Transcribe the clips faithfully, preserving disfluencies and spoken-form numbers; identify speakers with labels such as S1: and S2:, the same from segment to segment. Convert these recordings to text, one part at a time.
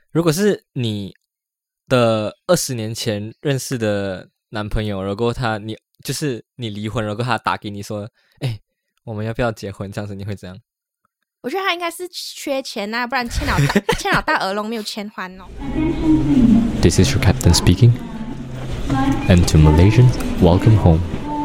S1: 如果是你的二十年前认识的男朋友，然后他你就是你离婚，然后他打给你说，哎，我们要不要结婚？这样子你会怎样？
S2: 我觉得他应该是缺钱啊，不然欠了大欠了大耳窿没有钱还哦。
S1: This is your captain speaking. And to Malaysians, welcome home.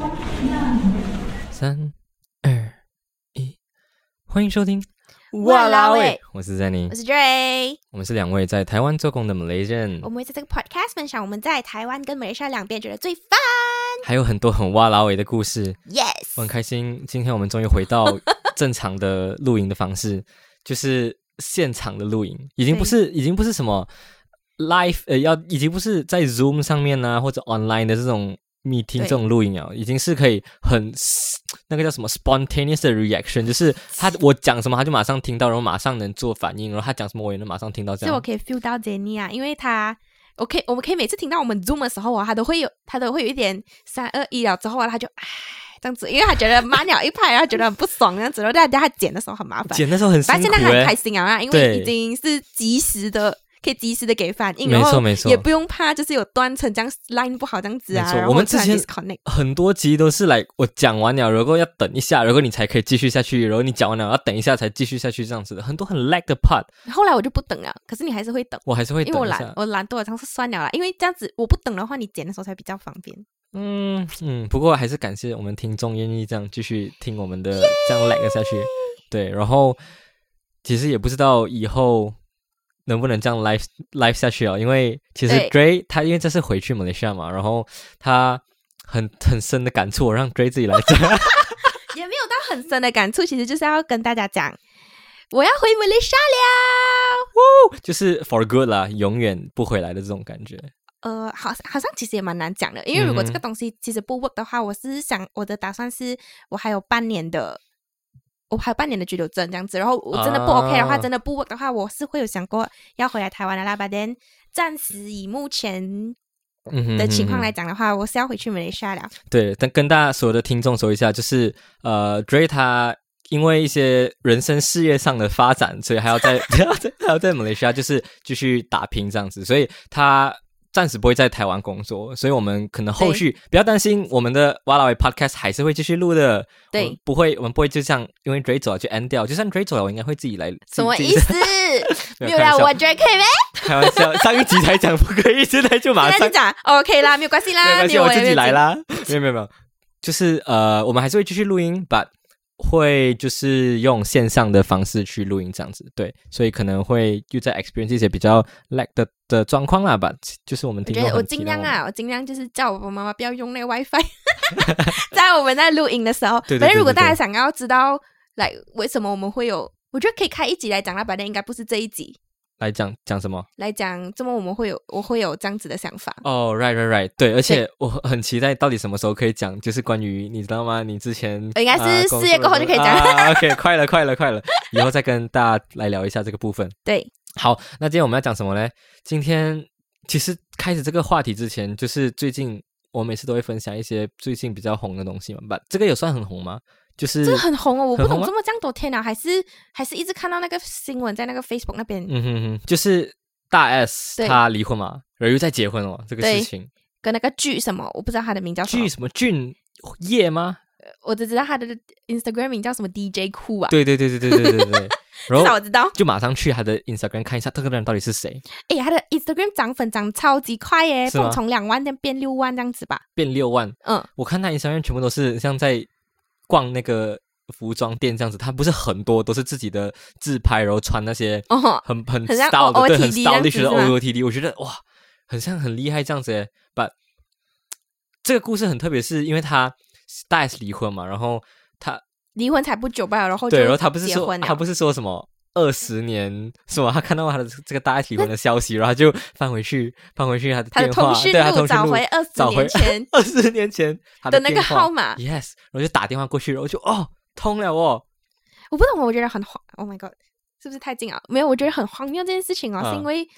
S1: 三二一，欢迎收听。
S2: 哇啦喂，
S1: 我是 Zenny，
S2: 我是 Dray，
S1: 我们是两位在台湾做工的 Malaysian，
S2: 我们会在这个 podcast 分享我们在台湾跟马来西亚两边觉得最 fun，
S1: 还有很多很哇啦喂的故事。
S2: Yes，
S1: 我很开心，今天我们终于回到正常的录影的方式，就是现场的录影，已经不是已经不是什么 live， 呃，要已经不是在 Zoom 上面啊或者 online 的这种 meeting 这种录影啊，已经是可以很那个叫什么 spontaneous 的 reaction， 就是他我讲什么他就马上听到，然后马上能做反应，然后他讲什么我也能马上听到，这样。
S2: 所以我可以 feel 到 Jenny 啊，因为他我可以我们可以每次听到我们 Zoom 的时候啊，他都会有他都会有一点三二一了之后啊，他就唉这样子，因为他觉得慢了一拍，然后觉得很不爽这样子，然后大家他剪的时候很麻烦，
S1: 剪的时候很辛苦，
S2: 但现在他很开心啊，因为已经是及时的。可以及时的给反应，
S1: 没错没错，
S2: 也不用怕就是有断层这样 line 不好这样子啊。
S1: 没错，我们之前很多集都是来我讲完了，然后要等一下，然后你才可以继续下去，然后你讲完了要等一下才继续下去，这样子的很多很 lag 的 part。
S2: 后来我就不等了，可是你还是会等，
S1: 我还是会等一下，
S2: 因为我懒，我懒惰的尝试算了啦，因为这样子我不等的话，你剪的时候才比较方便。
S1: 嗯嗯，不过还是感谢我们听众愿意这样继续听我们的这样 lag 下去。对，然后其实也不知道以后能不能这样 live live 下去啊？因为其实 Dray 他因为这次回去马来西亚嘛，然后他很很深的感触，我让 Dray 自己来讲。
S2: 也没有到很深的感触，其实就是要跟大家讲，我要回马来西亚了，
S1: 就是 for good 啦，永远不回来的这种感觉。
S2: 呃，好，好像其实也蛮难讲的，因为如果这个东西其实不 work 的话，我是想我的打算是我还有半年的。我还有半年的居留证这样子，然后我真的不 OK 的话、啊、真的不 work 的话，我是会有想过要回来台湾的啦。但暂时以目前的情况来讲的话、嗯、我是要回去马来西亚了。
S1: 对，但跟大家所有的听众说一下，就是呃 Dray 他因为一些人生事业上的发展，所以还要在还要在还要在马来西亚就是继续打拼这样子，所以他暂时不会在台湾工作，所以我们可能后续不要担心，我们的哇啦喂 podcast 还是会继续录的。
S2: 对，
S1: 不会，我们不会就这样，因为 Dray 走了就 end 掉。就算 Dray 走了，我应该会自己来。
S2: 什么意思？没有啦，我 Dray 可以咩？
S1: 开玩笑，上一集才讲不可以，现在就马上。
S2: 现在就讲 OK 啦，没有关系啦，
S1: 没有关系，我自己来啦。没有没有没有，就是呃，我们还是会继续录音 ，but 会就是用线上的方式去录音这样子，对，所以可能会又在 experience 一些比较 lag 的的状况啦吧，就是我们听众很
S2: 我尽量啊，我尽量就是叫我妈妈不要用那个 WiFi， 在我们在录音的时候。
S1: 对对对对对，
S2: 反正如果大家想要知道来为什么我们会有，我觉得可以开一集来讲啦，反正应该不是这一集。
S1: 来讲讲什么？
S2: 来讲怎么我们会有我会有这样子的想法。
S1: 哦、oh, right right right， 对，而且我很期待到底什么时候可以讲，就是关于你知道吗？你之前
S2: 应该是四月过后就可以讲。
S1: 啊、OK， 快了快了快了，以后再跟大家来聊一下这个部分。
S2: 对，
S1: 好，那今天我们要讲什么呢？今天其实开始这个话题之前，就是最近我每次都会分享一些最近比较红的东西嘛，但这个有算很红吗？就是
S2: 这个很红哦，我不懂这么这样多天了，还是还是一直看到那个新闻在那个 Facebook 那边。
S1: 嗯哼哼，就是大 S 他离婚嘛，然后又再结婚了这个事情，
S2: 跟那个剧什么，我不知道他的名叫什么，
S1: 剧什么俊业吗？
S2: 我只知道他的 Instagram 名叫什么 D J 酷啊。
S1: 对对对对对对对对。然后
S2: 我知道，
S1: 就马上去他的 Instagram 看一下这个人到底是谁。
S2: 哎，他的 Instagram 涨粉涨超级快耶，从两万变六万这样子吧。
S1: 变六万，
S2: 嗯，
S1: 我看他 Instagram 全部都是像在逛那个服装店这样子，他不是很多都是自己的自拍，然后穿那些很、哦、很, 很 style 的，对，很 stylish 的 O O T D， 我觉得哇，很像很厉害这样子耶。But 这个故事很特别，是因为他大 S 离婚嘛，然后他
S2: 离婚才不久吧，然后就
S1: 对，然后他不是说他不是说什么二十年是吗？他看到他的这个大 S 离婚的消息，然后他就翻回去翻回去他的电话，对，他通讯录
S2: 找回二十年前
S1: 二十年前他
S2: 的那个号码
S1: ，yes， 然后就打电话过去，然后就哦通了哦。
S2: 我不懂，我觉得很荒 ，Oh my God， 是不是太近啊？没有，我觉得很荒谬这件事情哦，嗯、是因为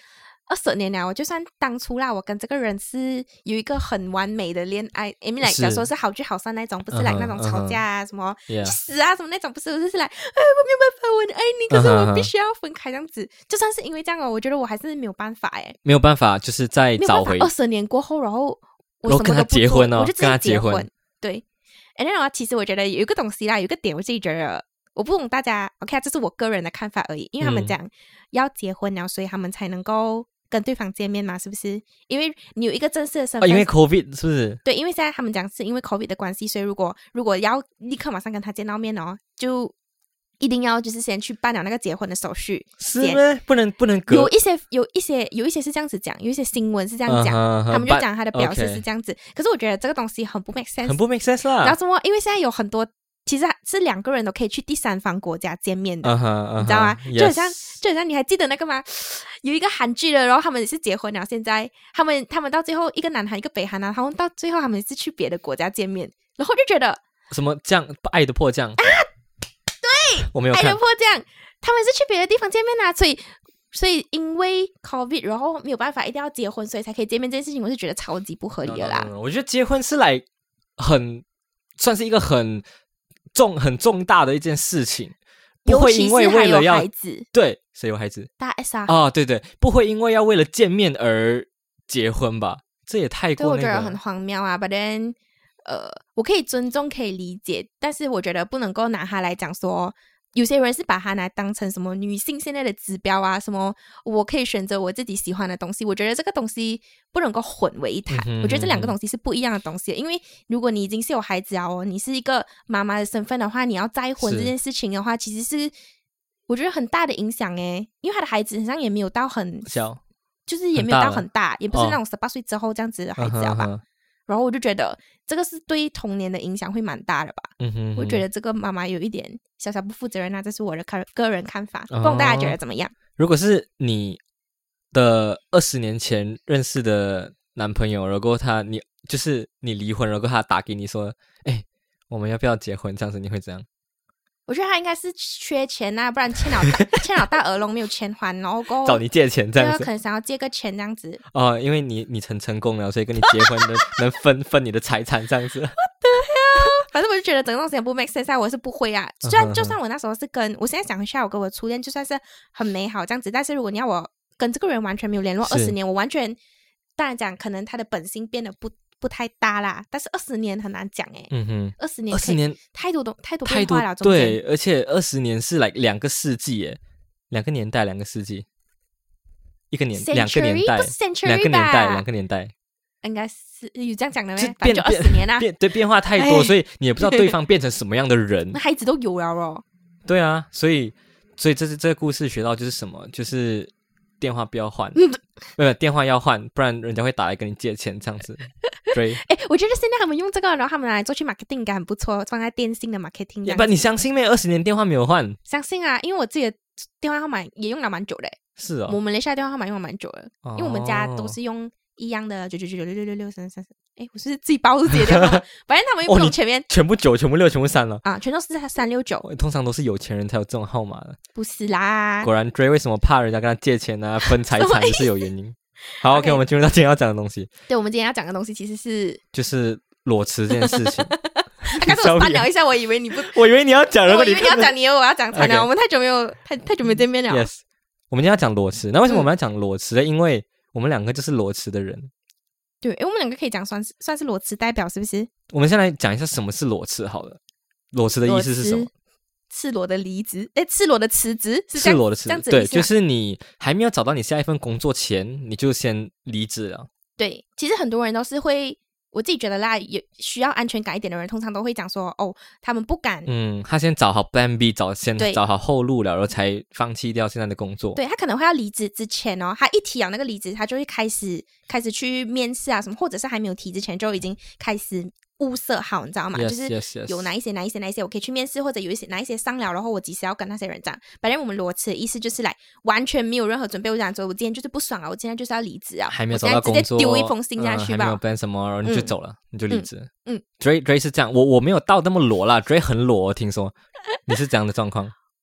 S2: 二十年了，我就算当初啦，我跟这个人是有一个很完美的恋爱 I mean like 假如说是好聚好散那种，不是 like 那种吵架啊、uh huh, 什么
S1: yeah.
S2: 死啊什么那种，不是，我就是来哎我没有办法，我很爱你，可是我必须要分开这样子。Uh huh. 就算是因为这样哦，我觉得我还是没有办法哎，
S1: 没有办法，就是再找回
S2: 二十年过后，然后我什么都不做，
S1: 然后跟他结婚哦，
S2: 我就直接结
S1: 婚。婚
S2: 对，哎，那种其实我觉得有一个东西啦，有一个点，我自己觉得。我不懂大家 OK 这是我个人的看法而已，因为他们讲、嗯、要结婚了，所以他们才能够跟对方见面嘛，是不是？因为你有一个正式的身份、
S1: 哦、因为 COVID 是不是？
S2: 对，因为现在他们讲是因为 COVID 的关系，所以如果如果要立刻马上跟他见到面哦，就一定要就是先去办了那个结婚的手续。
S1: 是吗？不能不能隔？
S2: 有一些有一些有一些是这样子讲，有一些新闻是这样讲， uh huh, 他们就讲他的表示是这样子。Okay. 可是我觉得这个东西很不 make sense，
S1: 很不 make sense 啦。
S2: 然后什么？因为现在有很多。其实是两个人都可以去第三方国家见面的， uh huh, uh huh, 你知道吗？
S1: yes.
S2: 就好像就好像你还记得那个吗？有一个韩剧的，然后他们也是结婚了，现在他们他们到最后一个南韩一个北韩啊，然后到最后他们是去别的国家见面，然后就觉得
S1: 什么酱爱的迫降啊，
S2: 对，
S1: 我没有看
S2: 爱的迫降，他们是去别的地方见面啊，所以所以因为 COVID 然后没有办法一定要结婚，所以才可以见面，这件事情我是觉得超级不合理的啦。
S1: no, no, no, no. 我觉得结婚是来很算是一个很重很重大的一件事情，不会因为为了要
S2: 孩子，
S1: 对谁有孩子？
S2: 大 S 啊，
S1: 哦，对对，不会因为要为了见面而结婚吧？这也太过、那个、
S2: 对，我觉得很荒谬啊。But then， 呃，我可以尊重，可以理解，但是我觉得不能够拿它来讲说，有些人是把它来当成什么女性现在的指标啊，什么我可以选择我自己喜欢的东西。我觉得这个东西不能够混为一谈。嗯、我觉得这两个东西是不一样的东西，因为如果你已经是有孩子啊，哦，你是一个妈妈的身份的话，你要再婚这件事情的话，其实是我觉得很大的影响诶，因为他的孩子好像也没有到很
S1: 小，
S2: 就是也没有到很大，也不是那种十八岁之后这样子的孩子，好吧？哦，然后我就觉得这个是对童年的影响会蛮大的吧。嗯哼哼，我觉得这个妈妈有一点小小不负责任啊，这是我的看个人看法，不懂大家觉得怎么样？
S1: 如果是你的二十年前认识的男朋友，然后他你就是你离婚，然后他打给你说，哎，我们要不要结婚？这样子你会怎样？
S2: 我觉得他应该是缺钱啊，不然欠了大欠了大耳窿没有钱还，然后过后
S1: 找你借钱这样子，
S2: 可能想要借个钱这样子。
S1: 哦，因为你你成成功了，所以跟你结婚能能分分你的财产这样子。
S2: What the hell？ 反正我就觉得整个东西也不 make sense 啊，我是不会啊。虽然就算我那时候是跟我现在想一下，我跟我初恋就算是很美好这样子，但是如果你要我跟这个人完全没有联络二十年，我完全当然讲，可能他的本性变得不。不太大啦，但是二十年很难讲哎。嗯哼，二十年，
S1: 二十年
S2: 太多东太多变化了。
S1: 对，而且二十年是来两个世纪哎，两个年代，两个世纪，一个年，两个年代，两个年代，两个年代，
S2: 应该是有这样讲的咩？
S1: 变
S2: 就二十年啊，
S1: 变对变化太多，所以你也不知道对方变成什么样的人。
S2: 那孩子都有了哦。
S1: 对啊，所以所以这是这个故事学到就是什么？就是电话不要换，没有电话要换，不然人家会打来跟你借钱这样子。对，
S2: 哎，我觉得现在他们用这个，然后他们拿来做去 marketing 应该很不错，放在电信的 marketing。
S1: 不，你相信没？二十年电话没有换？
S2: 相信啊，因为我自己的电话号码也用了蛮久的。
S1: 是哦，
S2: 我们雷下电话号码用了蛮久的，哦，因为我们家都是用一样的九九九九六六六六三三三。哎，我是自己报自己的电话，反正他们又不懂前面，
S1: 哦，全部九，全部六，全部三了
S2: 啊，全都是三六九。
S1: 通常都是有钱人才有这种号码的，
S2: 不是啦。
S1: 果然 Dray 为什么怕人家跟他借钱啊，分财产是有原因。好 ，OK， 我们进入到今天要讲的东西。
S2: 对，我们今天要讲的东西其实是
S1: 就是裸辞这件事情。
S2: 刚才我翻聊一下，我以为你不，
S1: 我以为你要讲，
S2: 我以为你要讲，你以为我要讲，才能。我们太久没有太太久没见面了。
S1: Yes， 我们今天要讲裸辞。那为什么我们要讲裸辞呢？因为我们两个就是裸辞的人。
S2: 对，因为我们两个可以讲算是算是裸辞代表，是不是？
S1: 我们先来讲一下什么是裸辞好了。裸辞的意思是什么？
S2: 赤裸的离职，哎，赤裸的辞职，是
S1: 赤裸的辞
S2: 职，
S1: 对，就是你还没有找到你下一份工作前，你就先离职了。
S2: 对，其实很多人都是会，我自己觉得啦，有需要安全感一点的人，通常都会讲说，哦，他们不敢，
S1: 嗯，他先找好 Plan B， 找先找好后路了，然后才放弃掉现在的工作。
S2: 对，他可能会要离职之前哦，他一提到那个离职，他就会开始开始去面试啊什么，或者是还没有提之前就已经开始物色好，你知道吗？
S1: yes,
S2: 就是
S1: yes, yes.
S2: 有哪一些哪一些哪一些我可以去面试，或者有一些哪一些商聊，然后我及时要跟那些人讲。反正我们裸辞的意思就是来完全没有任何准备，我讲说我今天就是不爽啊，我今天就是要离职啊，
S1: 还没有找到工作，
S2: 直接丢一封信下去吧，
S1: 嗯，还没有 plan 什么，然后你就走了，嗯，你就离职。
S2: 嗯
S1: Dray Dray 是这样，我我没有到那么裸啦，Dray 很裸，我听说你是这样的状况。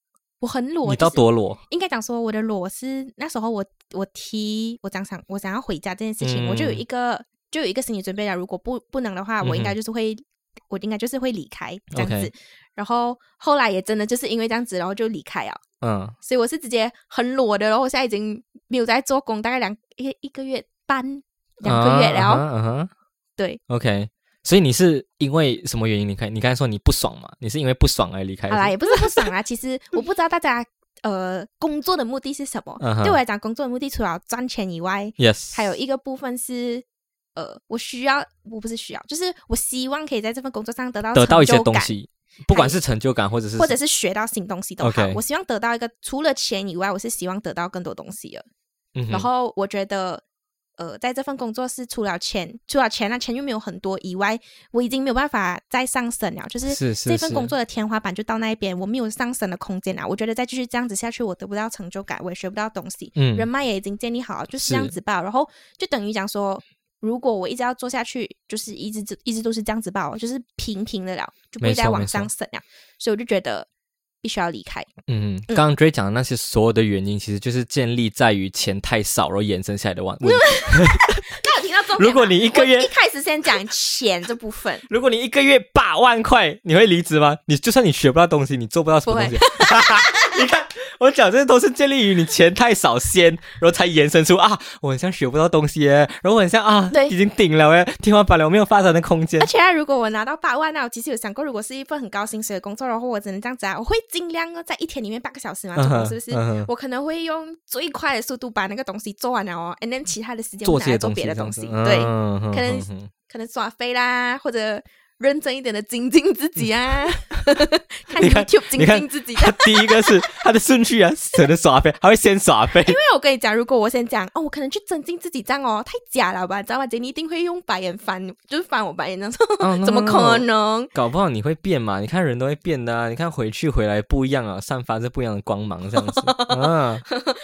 S2: 我很裸，
S1: 你到多裸？
S2: 应该讲说我的裸是那时候我我提我想想我想要回家这件事情，
S1: 嗯、
S2: 我就有一个就有一个心理准备了。如果不不能的话，我应该就是会、嗯、我应该就是会离开这样子。Okay. 然后后来也真的就是因为这样子，然后就离开了。嗯，所以我是直接很裸的，然后我现在已经没有在做工，大概两一一个月半两个月了。嗯、uh-huh, uh-huh. 对
S1: ，OK。所以你是因为什么原因离开？你刚才说你不爽嘛？你是因为不爽而离开？
S2: 好啦，也不是不爽啦。其实我不知道大家呃工作的目的是什么。Uh-huh. 对我来讲，工作的目的除了赚钱以外
S1: ，yes，
S2: 还有一个部分是呃，我需要，我不是需要，就是我希望可以在这份工作上得到
S1: 得到一些东西，不管是成就感或者是
S2: 或者是学到新东西都好。
S1: Okay.
S2: 我希望得到一个除了钱以外，我是希望得到更多东西的。嗯、然后我觉得。呃，在这份工作是除了钱，除了钱那钱又没有很多以外，我已经没有办法再上升了。就是这份工作的天花板就到那边，我没有上升的空间了。我觉得再继续这样子下去，我得不到成就感，我也学不到东西。嗯，人脉也已经建立好了，就是这样子吧。然后就等于讲说，如果我一直要做下去，就是一直一直都是这样子吧，就是平平的了，就不会再往上升了。所以我就觉得。必须要离开。嗯，
S1: 刚刚 Dre 讲的那些所有的原因，其实就是建立在于钱太少，然后衍生下来的问题。
S2: 那有听到重点吗？
S1: 如果你一个月
S2: 一开始先讲钱这部分，
S1: 如果你一个月八万块，你会离职吗？你就算你学不到东西，你做不到什么东西。你看，我讲这些都是建立于你钱太少先，然后才延伸出啊，我很像学不到东西耶，然后我很像啊，已经顶了耶，天花板了，我没有发展的空间。
S2: 而且、啊、如果我拿到八万啊，我其实有想过，如果是一份很高薪水的工作，然后我只能这样子啊，我会尽量在一天里面八个小时嘛做工，是不是？ Uh-huh, 我可能会用最快的速度把那个东西做完了哦 ，and then 其他的时间我拿来做别的东西，对， uh-huh, 可能、uh-huh. 可能耍飞啦，或者。认真一点的精进自己啊看 YouTube 精进自己。
S1: 他第一个是他的顺序啊，可能耍飞，他会先耍飞。
S2: 因为我跟你讲，如果我先讲哦，我可能去增进自己这样哦，太假了吧，知道吧？姐你一定会用白眼翻，就是翻我白眼，这样说、oh, no, 怎么可能？
S1: 搞不好你会变嘛？你看人都会变的啊，你看回去回来不一样啊，散发着不一样的光芒，这样子。啊、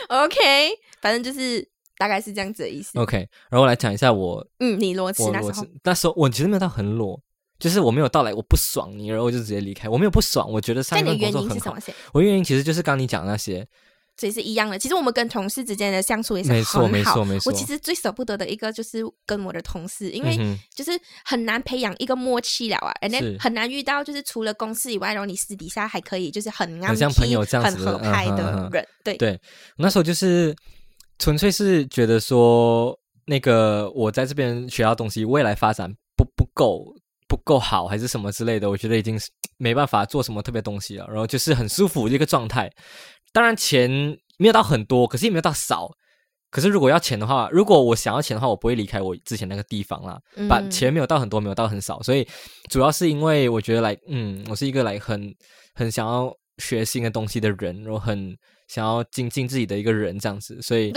S2: OK， 反正就是。大概是这样子的意思。
S1: OK， 然后我来讲一下我
S2: 嗯，你裸辞那时候
S1: 那时候我其实没有到很裸，就是我没有到来我不爽你，然后我就直接离开，我没有不爽，我觉得上一份工作很好。我原因其实就是刚你讲的那些，
S2: 所以是一样的。其实我们跟同事之间的相处也是很好，
S1: 没错没错。
S2: 我其实最舍不得的一个就是跟我的同事，因为就是很难培养一个默契了啊，而且很难遇到就是除了公司以外，然后你私底下还可以就是很
S1: 很像朋友这样
S2: 子很合拍的人。嗯、对
S1: 对，那时候就是纯粹是觉得说那个我在这边学到东西，未来发展不不够。不够好还是什么之类的，我觉得已经没办法做什么特别东西了，然后就是很舒服的一个状态。当然钱没有到很多，可是也没有到少。可是如果要钱的话，如果我想要钱的话，我不会离开我之前那个地方啦。嗯、把钱没有到很多，没有到很少，所以主要是因为我觉得来，嗯，我是一个来很很想要学新的东西的人，然后很想要精进自己的一个人这样子，所以。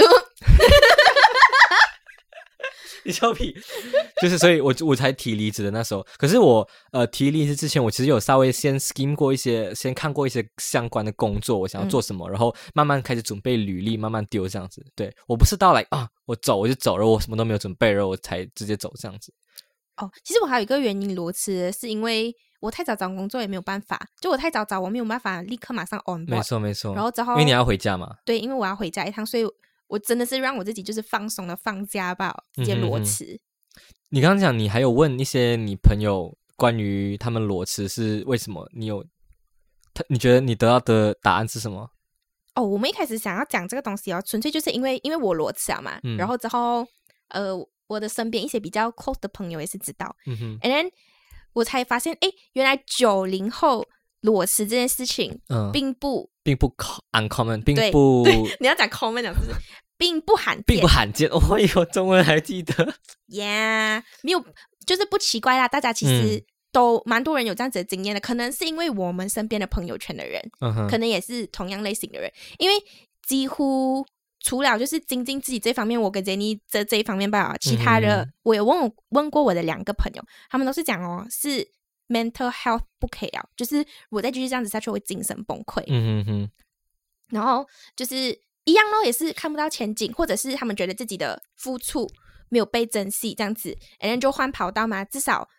S1: 你笑屁，就是所以我我才提离职的那时候。可是我呃提离职之前，我其实有稍微先 skim 过一些，先看过一些相关的工作，我想要做什么，嗯、然后慢慢开始准备履历，慢慢丢这样子。对，我不是到来啊，我走我就走，然后我什么都没有准备，然后我才直接走这样子。
S2: 哦，其实我还有一个原因裸辞，是因为我太早找工作也没有办法，就我太早找，我没有办法立刻马上 on board。
S1: 没错没错。
S2: 然后之后
S1: 因为你要回家嘛。
S2: 对，因为我要回家一趟，所以。我真的是让我自己就是放松的放假吧，直接裸辞、嗯。
S1: 你刚刚讲你还有问一些你朋友关于他们裸辞是为什么？你有他？你觉得你得到的答案是什么？
S2: 哦，我们一开始想要讲这个东西哦，纯粹就是因为因为我裸辞啊嘛、嗯，然后之后呃，我的身边一些比较 close 的朋友也是知道，嗯哼 ，and then 我才发现，哎，原来九零后裸辞这件事情，嗯，并不。
S1: 并不 uncommon， 并不
S2: 你要讲 common 是不是？并不罕见，
S1: 并不罕见。哦哟，中文还记得
S2: ？Yeah， 没有，就是不奇怪啦。大家其实都蛮多人有这样子的经验的，可能是因为我们身边的朋友圈的人，嗯、可能也是同样类型的人。因为几乎除了就是精进自己这方面，我跟 Jenny 这这一方面吧，其他的、嗯、我有问我问过我的两个朋友，他们都是讲哦是。mental health 不可以啊，就是如果再继续这样子下去会精神崩溃。嗯哼哼。然后就是一样咯，也是看不到前景，或者是他们觉得自己的付出没有被珍惜这样子，然后就换跑道嘛。至少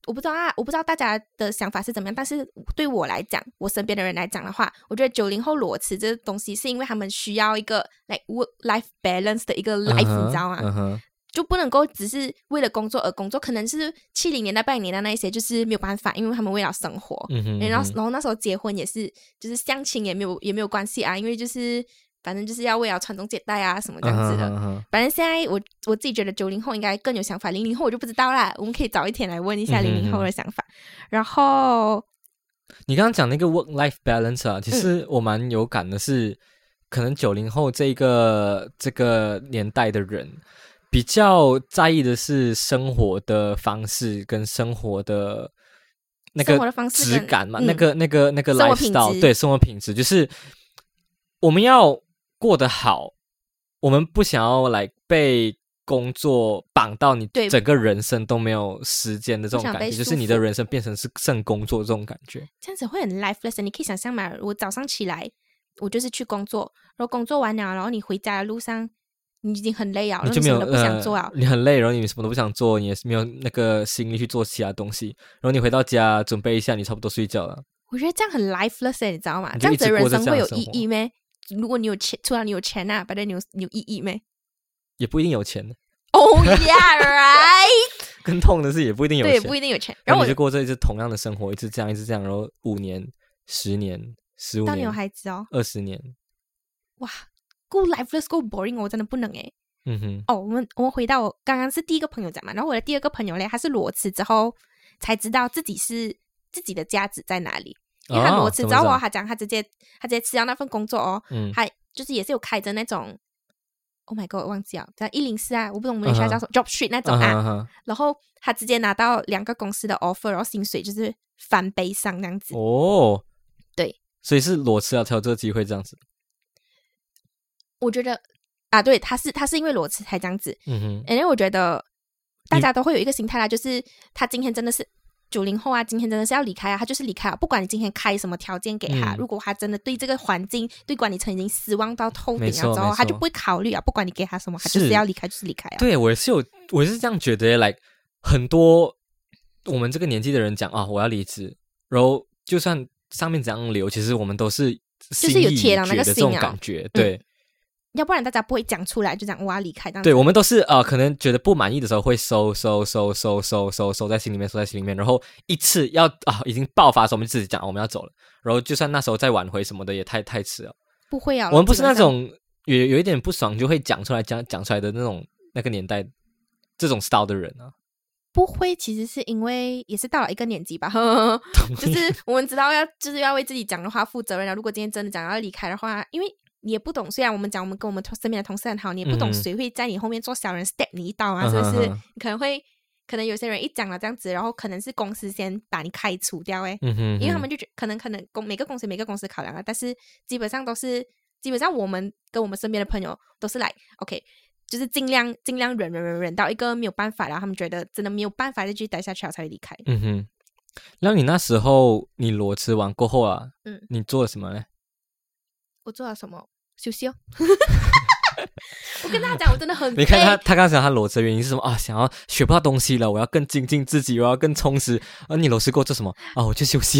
S2: 我不知道啊，我不知道大家的想法是怎么样，但是对我来讲，我身边的人来讲的话，我觉得九零后裸辞这个东西是因为他们需要一个 like work life balance 的一个 life，、uh-huh, 你知道吗？
S1: uh-huh.
S2: 就不能够只是为了工作而工作，可能是七零年代八零年代那一些就是没有办法，因为他们为了生活，
S1: 嗯哼嗯哼，
S2: 然后然后那时候结婚也是就是相亲也没有也没有关系啊，因为就是反正就是要为了传宗接代啊什么这样子的。
S1: uh-huh, uh-huh.
S2: 反正现在我我自己觉得九零后应该更有想法，零零后我就不知道啦，我们可以早一天来问一下零零后的想法。嗯、然后
S1: 你刚刚讲那个 work life balance 啊，其实我蛮有感的是，嗯、可能九零后这个这个年代的人。比较在意的是生活的方式跟生活的那个质感嘛，那个那个那个 lifestyle， 对，生活品质就是我们要过得好，我们不想要来被工作绑到你整个人生都没有时间的这种感觉，就是你的人生变成是剩工作这种感觉，
S2: 这样子会很 lifeless。你可以想象嘛，我早上起来我就是去工作，然后工作完了，然后你回家的路上你已经很累啊，
S1: 你就没有
S2: 什么都不想做啊、
S1: 呃，你很累，然后你什么都不想做，你也是没有那个心力去做其他东西，然后你回到家准备一下，你差不多睡觉了。
S2: 我觉得这样很 lifeless， 欸、你知道吗？这样子的人生会有意义咩？如果你有钱，除了你有钱啊，不然你有你有意义咩？
S1: 也不一定有钱。
S2: Oh yeah, right 。
S1: 更痛的是，也不一定有钱，
S2: 对，不一定有钱。
S1: 然后你就过这一次同样的生活，一直这样，一直这样，然后五年、十年、十五年，
S2: 到你有孩子哦，
S1: 二十年，
S2: 哇！够 lifeless 够 boring， 我真的不能诶。
S1: 嗯哼，
S2: 哦，我们我们回到我刚刚是第一个朋友讲嘛，然后我的第二个朋友嘞，他是裸辞之后才知道自己是自己的价值在哪里，因为他裸辞之后、哦，他讲他直接他直接辞掉那份工作哦，嗯，他就是也是有开着那种 ，Oh my god， 我忘记了，在一零四啊，我不懂我们学校叫什么、uh-huh. Job Street 那种啊，
S1: uh-huh.
S2: 然后他直接拿到两个公司的 offer， 然后薪水就是翻倍上这样子。
S1: 哦，
S2: 对，
S1: 所以是裸辞了才有这个机会这样子。
S2: 我觉得啊，对，他是他是因为裸辞才这样子，
S1: 嗯哼，
S2: 因为我觉得大家都会有一个心态啦，就是他今天真的是九零后啊，今天真的是要离开啊，他就是离开了，不管你今天开什么条件给他、嗯，如果他真的对这个环境、对管理层已经失望到透顶了之后，他就不会考虑啊，不管你给他什么，他就是要离开，就是离开啊。
S1: 对，我是有，我是这样觉得 ，like 很多我们这个年纪的人讲啊，我要离职，然后就算上面怎样留，其实我们都是
S2: 就是有铁了那个心啊，
S1: 这种感觉，对。嗯，
S2: 要不然大家不会讲出来，就讲我要离开。
S1: 对，我们都是呃，可能觉得不满意的时候会收收收收收收收在心里面，收在心里面，然后一次要啊已经爆发的时候，我们就自己讲、啊、我们要走了，然后就算那时候再挽回什么的，也太太迟了。
S2: 不会啊，
S1: 我们不是那种有有一点不爽就会讲出来讲讲出来的那种那个年代这种 style 的人啊。
S2: 不会，其实是因为也是到了一个年纪吧，就是我们知道要就是要为自己讲的话负责任了。如果今天真的讲要离开的话，因为你也不懂，虽然我们讲我们跟我们身边的同事很好，你也不懂谁会在你后面做小人 step 你一刀啊，是不是？你可能会，可能有些人一讲了这样子，然后可能是公司先把你开除掉、欸，哎、
S1: 嗯，因
S2: 为他们就觉可能可能公每个公司每个公司考量啊，但是基本上都是基本上我们跟我们身边的朋友都是来 OK， 就是尽量尽量忍忍忍忍到一个没有办法，然后他们觉得真的没有办法再继续待下去了才会离开。
S1: 嗯哼，那你那时候你裸辞完过后啊，嗯，你做了什么呢？
S2: 我做了什么？休息哦。我跟大家讲，我真的很累。
S1: 你看他，他刚才讲他裸辞的原因是什么啊？想要学不到东西了，我要更精进自己，我要更充实。而、啊、你裸辞过做什么啊？我去休息。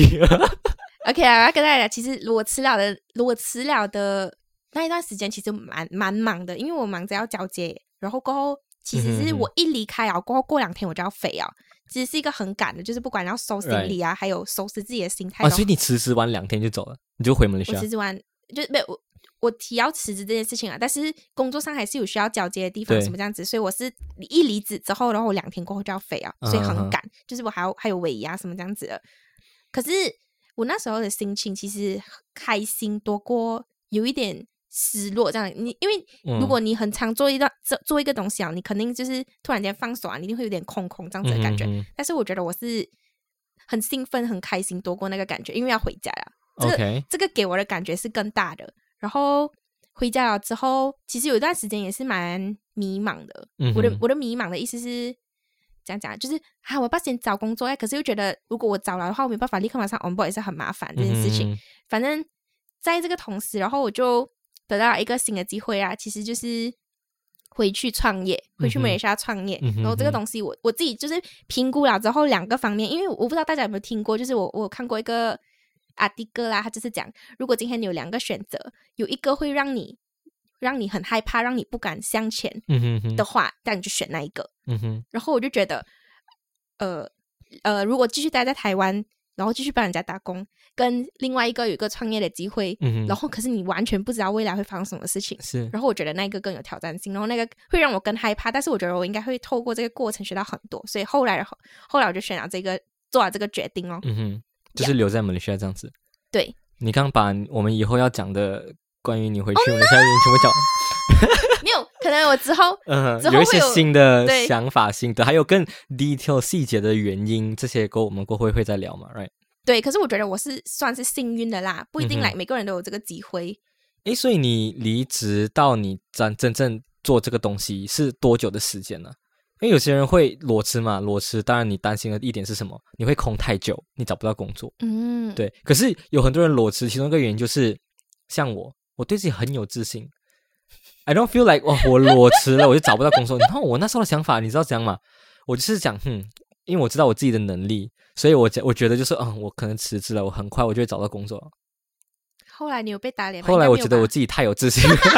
S2: OK 啊，我要跟大家讲，其实裸辞了的，裸辞了的那一段时间，其实蛮蛮忙的，因为我忙着要交接，然后过后，其实是我一离开啊，过后过两天我就要飞啊。其实是一个很赶的，就是不管要收行李啊， right. 还有收拾自己的心态。
S1: 啊，所以你辞职完两天就走了，你就回马来西亚。
S2: 我辞职完就没有我。我提要辞职这件事情啊，但是工作上还是有需要交接的地方什么这样子，所以我是一离职之后，然后我两天过后就要飞啊，所以很赶， uh-huh. 就是我还有还有尾牙什么这样子的。可是我那时候的心情其实开心多过有一点失落这样。你因为如果你很常做一段、嗯、做一个东西啊，你肯定就是突然间放手啊，你一定会有点空空这样子的感觉。嗯嗯嗯，但是我觉得我是很兴奋、很开心多过那个感觉，因为要回家了。这个、
S1: okay. 这
S2: 个给我的感觉是更大的。然后回家了之后，其实有一段时间也是蛮迷茫的。嗯、我的我的迷茫的意思是这样讲，就是啊，我要不要先找工作呀？可是又觉得如果我找了的话，我没办法立刻马上 on board 也是很麻烦这件事情。嗯、反正在这个同时，然后我就得到了一个新的机会啊，其实就是回去创业，回去马来西亚创业、
S1: 嗯、
S2: 然后这个东西我我自己就是评估了之后两个方面，因为我不知道大家有没有听过，就是我我有看过一个article啦，他就是讲如果今天你有两个选择，有一个会让你让你很害怕，让你不敢向前的话，那、嗯、你就选那一个、
S1: 嗯、哼，
S2: 然后我就觉得呃呃，如果继续待在台湾，然后继续帮人家打工，跟另外一个有一个创业的机会、嗯、然后可是你完全不知道未来会发生什么事情，
S1: 是，
S2: 然后我觉得那个更有挑战性，然后那个会让我更害怕，但是我觉得我应该会透过这个过程学到很多，所以后来后来我就选了这个，做了这个决定哦。
S1: 嗯哼，就是留在马来西亚这样子。
S2: 对，
S1: 你刚把我们以后要讲的关于你回去马来西亚原因全部讲完。
S2: 没有，可能我之后、
S1: 嗯、
S2: 之后
S1: 有一些新的
S2: 对
S1: 想法、新的，还有更 detail 细节的原因，这些跟我们过后会再聊嘛 ，right？
S2: 对，可是我觉得我是算是幸运的啦，不一定来、
S1: 嗯、
S2: 每个人都有这个机会。
S1: 诶，所以你离职到你真真正做这个东西是多久的时间呢？因为有些人会裸辞嘛，裸辞当然你担心的一点是什么？你会空太久，你找不到工作。
S2: 嗯，
S1: 对。可是有很多人裸辞，其中一个原因就是像我，我对自己很有自信。I don't feel like 哇，我裸辞了我就找不到工作。然后我那时候的想法，你知道怎样吗？我就是讲，哼，因为我知道我自己的能力，所以我我觉得就是，嗯，我可能辞职了，我很快我就会找到工作了。
S2: 后来你有被打脸吗？
S1: 后来我觉得我自己太有自信了。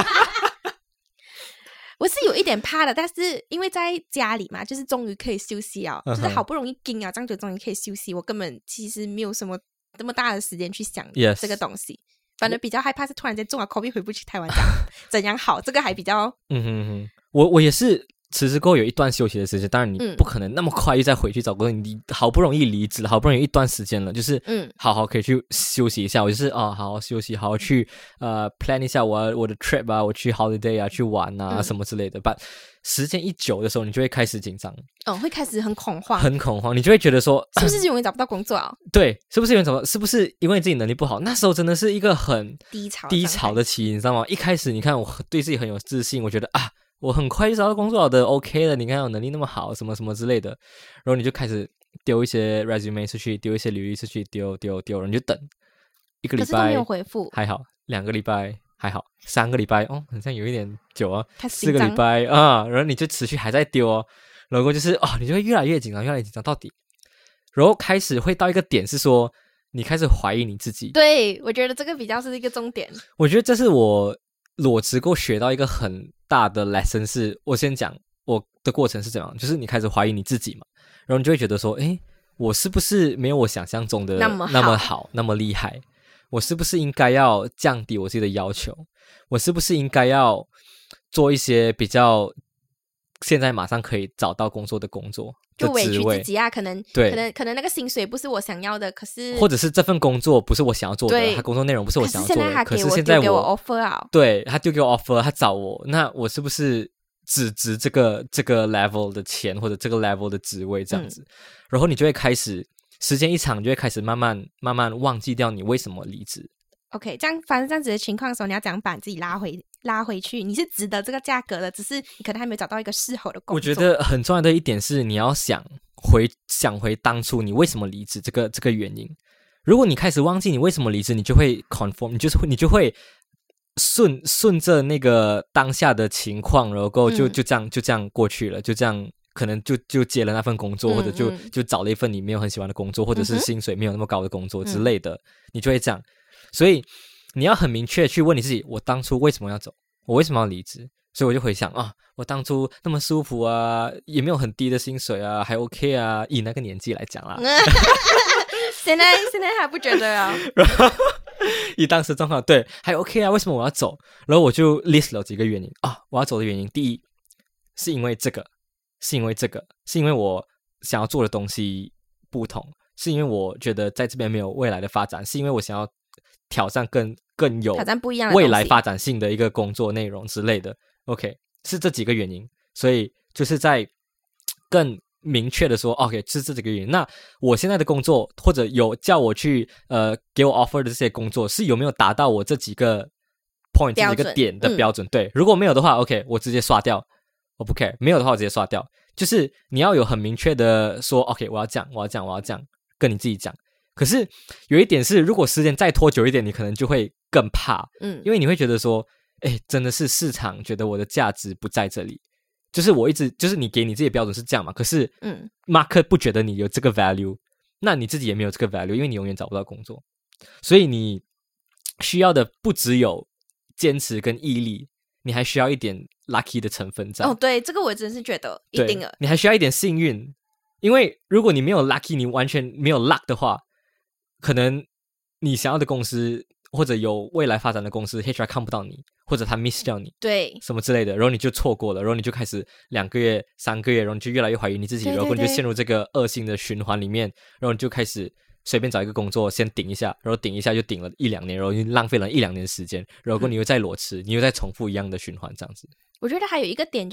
S2: 我是有一点怕的，但是因为在家里嘛，就是终于可以休息了， uh-huh. 就是好不容易盯啊，这样就终于可以休息。我根本其实没有什么这么大的时间去想这个东西。Yes. 反正比较害怕是突然间中了 COVID 回不去台湾，这样怎样好？这个还比较……
S1: 嗯哼哼，我我也是辞职过后有一段休息的时间，当然你不可能那么快又再回去找工作，嗯、你好不容易离职，好不容易一段时间了，就是嗯，好好可以去休息一下。我就是哦，好好休息，好好去呃 plan 一下我我的 trip 啊，我去 holiday 啊，去玩啊、嗯、什么之类的。但时间一久的时候，你就会开始紧张，
S2: 哦，会开始很恐慌，
S1: 很恐慌，你就会觉得说，
S2: 是不是永远找不到工作啊？
S1: 对，是不是永远找不到？是不是因为你自己能力不好？那时候真的是一个很
S2: 低潮
S1: 低潮的期，你知道吗？一开始你看我对自己很有自信，我觉得啊。我很快就找到工作的 OK 了，你看我能力那么好什么什么之类的，然后你就开始丢一些 resume 出去，丢一些履历出去，丢丢丢，你就等一个礼拜，可是都
S2: 没有回复，
S1: 还好，两个礼拜还好，三个礼拜哦，好像有一点久啊，四个礼拜啊、嗯，然后你就持续还在丢哦，然后就是哦，你就会越来越紧张，越来越紧张到底，然后开始会到一个点是说，你开始怀疑你自己。
S2: 对，我觉得这个比较是一个重点。
S1: 我觉得这是我裸辞过学到一个很大的 lesson， 是我先讲我的过程是怎样，就是你开始怀疑你自己嘛，然后你就会觉得说，诶，我是不是没有我想象中的
S2: 那么好
S1: 那么好那么厉害？我是不是应该要降低我自己的要求？我是不是应该要做一些比较现在马上可以找到工作的工作的
S2: 就委屈
S1: 职位
S2: 自己啊？可能
S1: 对，
S2: 可能可能那个薪水不是我想要的，可是
S1: 或者是这份工作不是我想要做的，
S2: 对
S1: 他工作内容不是我想要做的，可
S2: 是
S1: 是现在我
S2: 丢给我 offer 啊，
S1: 对，他丢给我 offer， 他找我，那我是不是只值这个这个 level 的钱或者这个 level 的职位这样子？嗯、然后你就会开始时间一长，就会开始慢慢慢慢忘记掉你为什么离职。
S2: OK， 这样发生这样子的情况的时候，你要怎样把你自己拉回拉回去？你是值得这个价格的，只是你可能还没有找到一个适合的工作。
S1: 我觉得很重要的一点是，你要想回想回当初你为什么离职这个这个原因。如果你开始忘记你为什么离职，你就会 conform， 你就是你就会顺顺着那个当下的情况，然后就就这样、嗯、就这样过去了，就这样可能就就接了那份工作，嗯、或者就就找了一份你没有很喜欢的工作，或者是薪水没有那么高的工作之类的，嗯、你就会这样。所以你要很明确去问你自己，我当初为什么要走？我为什么要离职？所以我就回想啊，我当初那么舒服啊，也没有很低的薪水啊，还 OK 啊，以那个年纪来讲啦。
S2: 现在现在还不觉得啊？
S1: 然后以当时状况，对，还 OK 啊，为什么我要走？然后我就 list 了几个原因啊，我要走的原因，第一是因为这个，是因为这个，是因为我想要做的东西不同，是因为我觉得在这边没有未来的发展，是因为我想要挑战更更有
S2: 挑战不一样的
S1: 未来发展性的一个工作内容之类的。OK， 是这几个原因，所以就是在更明确的说 OK 是这几个原因。那我现在的工作或者有叫我去呃给我 offer 的这些工作是有没有达到我这几个 point 这几个点的标准、嗯、对，如果没有的话 OK 我直接刷掉，我不 care， 没有的话我直接刷掉。就是你要有很明确的说 OK 我要这样我要这样我要这样跟你自己讲。可是有一点是，如果时间再拖久一点，你可能就会更怕，嗯，因为你会觉得说，哎，真的是市场觉得我的价值不在这里， 就是我一直就是你给你自己的标准是这样嘛，可是
S2: 嗯
S1: market 不觉得你有这个 value， 那你自己也没有这个 value， 因为你永远找不到工作，所以你需要的不只有坚持跟毅力，你还需要一点 lucky 的成分在。
S2: 哦，对，这个我真是觉得一定的，
S1: 你还需要一点幸运，因为如果你没有 lucky， 你完全没有 luck 的话，可能你想要的公司或者有未来发展的公司 H R 看不到你，或者他 miss 掉你，
S2: 对，
S1: 什么之类的，然后你就错过了，然后你就开始两个月三个月，然后你就越来越怀疑你自己，
S2: 对对对，
S1: 然后你就陷入这个恶性的循环里面，然后你就开始随便找一个工作先顶一下，然后顶一下就顶了一两年，然后就浪费了一两年的时间，然后你又再裸辞，你又再重复一样的循环，这样子。
S2: 我觉得还有一个点就是，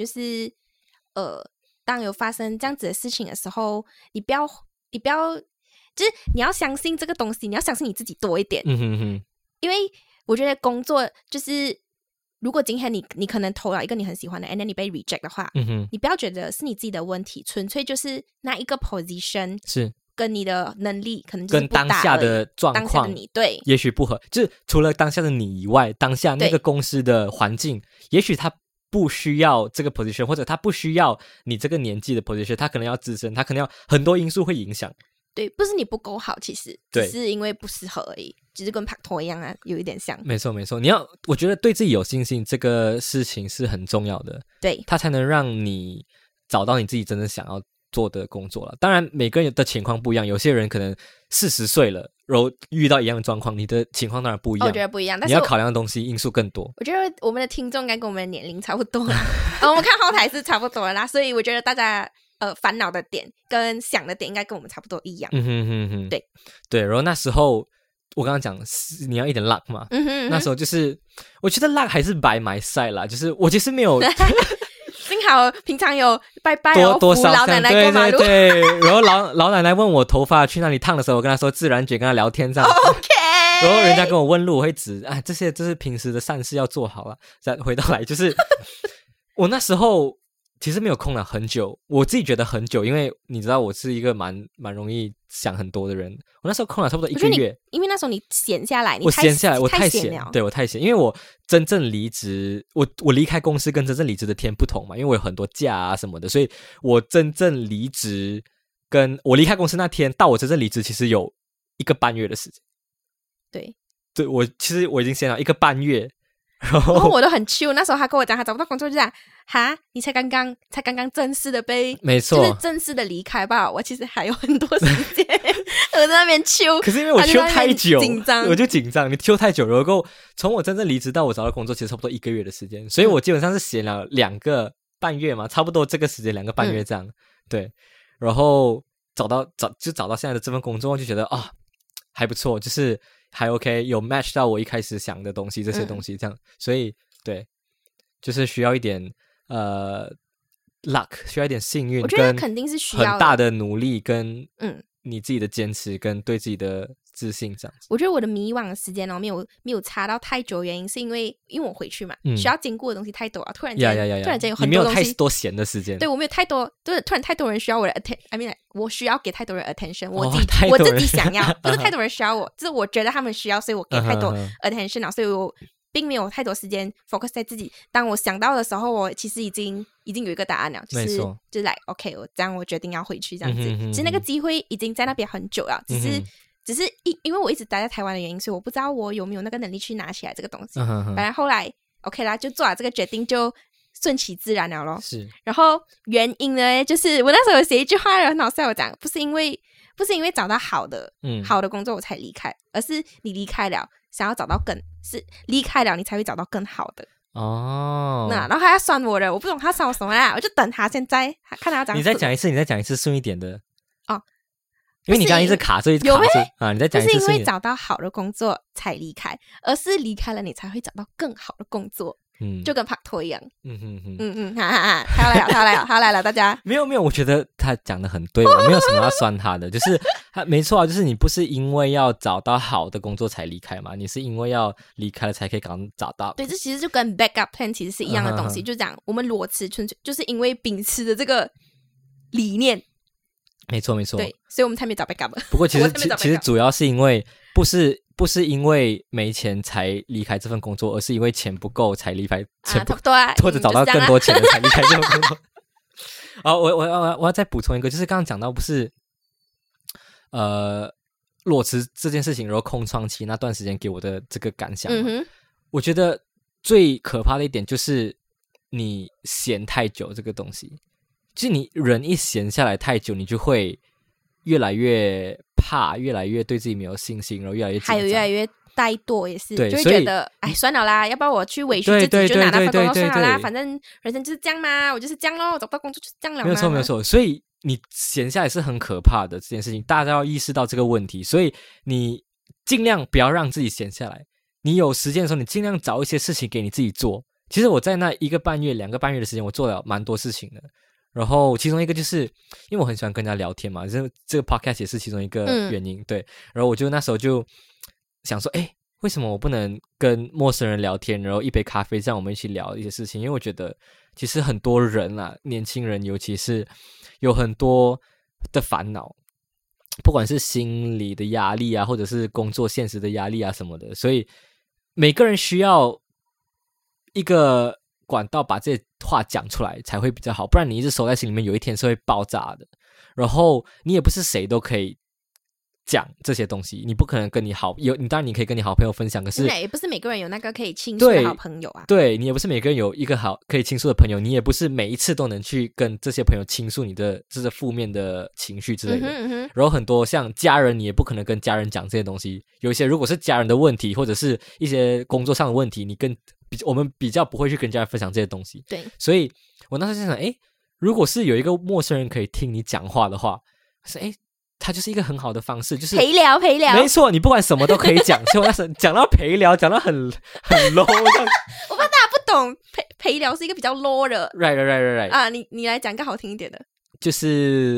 S2: 呃，当有发生这样子的事情的时候，你不要，你不要，就是你要相信这个东西，你要相信你自己多一点。
S1: 嗯哼哼，
S2: 因为我觉得工作就是，如果今天你你可能投了一个你很喜欢的 ，and then 你被 reject 的话，
S1: 嗯哼，
S2: 你不要觉得是你自己的问题，纯粹就是那一个 position
S1: 是
S2: 跟你的能力可能就是
S1: 跟
S2: 不搭
S1: 当下的状
S2: 当下
S1: 况
S2: 的你对，
S1: 也许不合，就是除了当下的你以外，当下那个公司的环境，也许他不需要这个 position， 或者他不需要你这个年纪的 position， 他可能要资深，他可能要很多因素会影响。
S2: 对，不是你不够好，其实
S1: 对
S2: 只是因为不适合而已，就是跟拍拖一样啊，有一点像。
S1: 没错没错，你要我觉得对自己有信心这个事情是很重要的，
S2: 对，
S1: 它才能让你找到你自己真正想要做的工作了。当然每个人的情况不一样，有些人可能四十岁了，然后遇到一样的状况，你的情况当然不一样，
S2: 我觉得不一样，但是
S1: 你要考量的东西因素更多。
S2: 我觉得我们的听众应该跟我们的年龄差不多啦、呃、我们看后台是差不多啦，所以我觉得大家呃烦恼的点跟想的点应该跟我们差不多一样。
S1: 嗯哼哼哼，
S2: 对
S1: 对，然后那时候我刚刚讲你要一点 luck 嘛，
S2: 嗯哼嗯哼，
S1: 那时候就是我觉得 luck 还是 by my side 啦，就是我其实没有
S2: 幸好平常有拜拜
S1: 多多少
S2: 老奶奶过马路，
S1: 对对对，然后老老奶奶问我头发去哪里烫的时候，我跟她说自然卷，跟她聊天这样子。
S2: OK，
S1: 然后人家跟我问路，我会指啊，这些这是平时的善事要做好了。再回到来，就是我那时候其实没有空了很久，我自己觉得很久，因为你知道我是一个蛮蛮容易想很多的人。我那时候空了差不多一个月，
S2: 因为那时候你闲下来，你
S1: 我闲下来，我太
S2: 闲
S1: 闲，对我太闲，因为我真正离职，我我离开公司跟真正离职的天不同嘛，因为我有很多假啊什么的，所以我真正离职跟我离开公司那天到我真正离职，其实有一个半月的时间。
S2: 对，
S1: 对我其实我已经闲了一个半月。然后,
S2: 然后我都很 chill， 那时候他跟我讲他找不到工作，就讲哈，你才刚刚才刚刚正式的被，
S1: 没错，
S2: 就是正式的离开吧。我其实还有很多时间，我在那边 chill。
S1: 可是因为我 chill 太久，
S2: 紧张，
S1: 我就紧张。你 chill 太久，然后从我真正离职到我找到工作，其实差不多一个月的时间，所以我基本上是闲了两个半月嘛，差不多这个时间两个半月这样。嗯、对，然后找到找就找到现在的这份工作，就觉得啊、哦、还不错，就是。还 OK， 有 match 到我一开始想的东西，这些东西这样，嗯、所以对，就是需要一点呃 luck， 需要一点幸运，
S2: 我觉得肯定是需要
S1: 很大的努力跟
S2: 嗯
S1: 你自己的坚持跟对自己的自信这样子。
S2: 我觉得我的迷惘的时间哦，没有没有差到太久，原因是因为因为我回去嘛，嗯、需要经过的东西太多了，突然间
S1: yeah, yeah, yeah, yeah.
S2: 突然间有很多东西，
S1: 你没有太多闲的时间，
S2: 对我没有太多，就是突然太多人需要我的 attention，I mean， 我需要给太多人 attention， 我自己、
S1: 哦、
S2: 我自己想要，不是太多人需要我，就是我觉得他们需要，所以我给太多 attention 了，所以我并没有太多时间 focus 在自己。当我想到的时候，我其实已经已经有一个答案了，就是就是来 OK， 我这样我决定要回去这样子。嗯、其实那个机会已经在那边很久了，只是。嗯只是因因为我一直待在台湾的原因，所以我不知道我有没有那个能力去拿起来这个东西。反正、uh huh. 后来 OK 啦，就做了这个决定，就顺其自然了咯。
S1: 是。
S2: 然后原因呢，就是我那时候有写一句话很好笑，我讲不是因为不是因为找到好的、嗯、好的工作我才离开，而是你离开了，想要找到更是离开了，你才会找到更好的。哦。那然后他要酸我了，我不懂他酸我什么啦，我就等他现在看他讲。
S1: 你再讲一次，你再讲一次顺一点的。
S2: 哦。
S1: 因为你刚刚一直卡住，一直卡住啊！你再讲一次，
S2: 不是因为找到好的工作才离开，而是离开了你才会找到更好的工作。嗯，就跟拍拖一样。嗯哼哼，嗯嗯，哈哈哈，他要来了，他要来了，他要来了，大家
S1: 没有没有，我觉得他讲的很对，我没有什么要酸他的，就是他没错啊，就是你不是因为要找到好的工作才离开嘛，你是因为要离开了才可以赶找到。
S2: 对，这其实就跟 backup plan 其实是一样的东西，就讲我们裸辞纯粹就是因为秉持的这个理念。
S1: 没错没错，
S2: 对，所以我们才没找 backup。
S1: 不过其实其实主要是因为不是不是因为没钱才离开这份工作，而是因为钱不够才离开，钱不、
S2: 啊、对、啊，
S1: 或者找到更多钱了才离开这份工作。啊，我我我我要再补充一个，就是刚刚讲到不是，呃，裸辞这件事情，然后空窗期那段时间给我的这个感想，嗯哼，我觉得最可怕的一点就是你闲太久这个东西，就是你人一闲下来太久，你就会越来越怕，越来越对自己没有信心，然后越来越紧张，
S2: 还有越来越怠惰也是，就会觉得哎算了啦，要不然我去委屈自己就拿那份工作算了啦，反正人生就是这样嘛，我就是这样咯，找不到工作就是这样了嘛。
S1: 没有错没有错，所以你闲下来是很可怕的这件事情，大家要意识到这个问题，所以你尽量不要让自己闲下来，你有时间的时候你尽量找一些事情给你自己做。其实我在那一个半月两个半月的时间我做了蛮多事情的，然后其中一个就是因为我很喜欢跟人家聊天嘛，这这个 podcast 也是其中一个原因、嗯、对，然后我就那时候就想说诶，为什么我不能跟陌生人聊天，然后一杯咖啡这样我们一起聊一些事情，因为我觉得其实很多人啊，年轻人尤其是有很多的烦恼，不管是心理的压力啊，或者是工作现实的压力啊什么的，所以每个人需要一个管道把这些话讲出来才会比较好，不然你一直收在心里面有一天是会爆炸的，然后你也不是谁都可以讲这些东西，你不可能跟你好有你当然你可以跟你好朋友分享，可是
S2: 也不是每个人有那个可以倾诉的好朋友啊，
S1: 对，你也不是每个人有一个好可以倾诉的朋友，你也不是每一次都能去跟这些朋友倾诉你的这些负面的情绪之类的、嗯嗯、然后很多像家人你也不可能跟家人讲这些东西，有一些如果是家人的问题或者是一些工作上的问题，你跟我们比较不会去跟家人分享这些东西，
S2: 对，
S1: 所以我那时候就想诶，如果是有一个陌生人可以听你讲话的话，是诶它就是一个很好的方式，就是
S2: 陪聊陪聊，
S1: 没错，你不管什么都可以讲。所以我那时候讲到陪聊，讲到很很 low，
S2: 我怕大家不懂陪陪聊是一个比较 low 的
S1: ，right right right right right
S2: 啊，你你来讲一个好听一点的，
S1: 就是。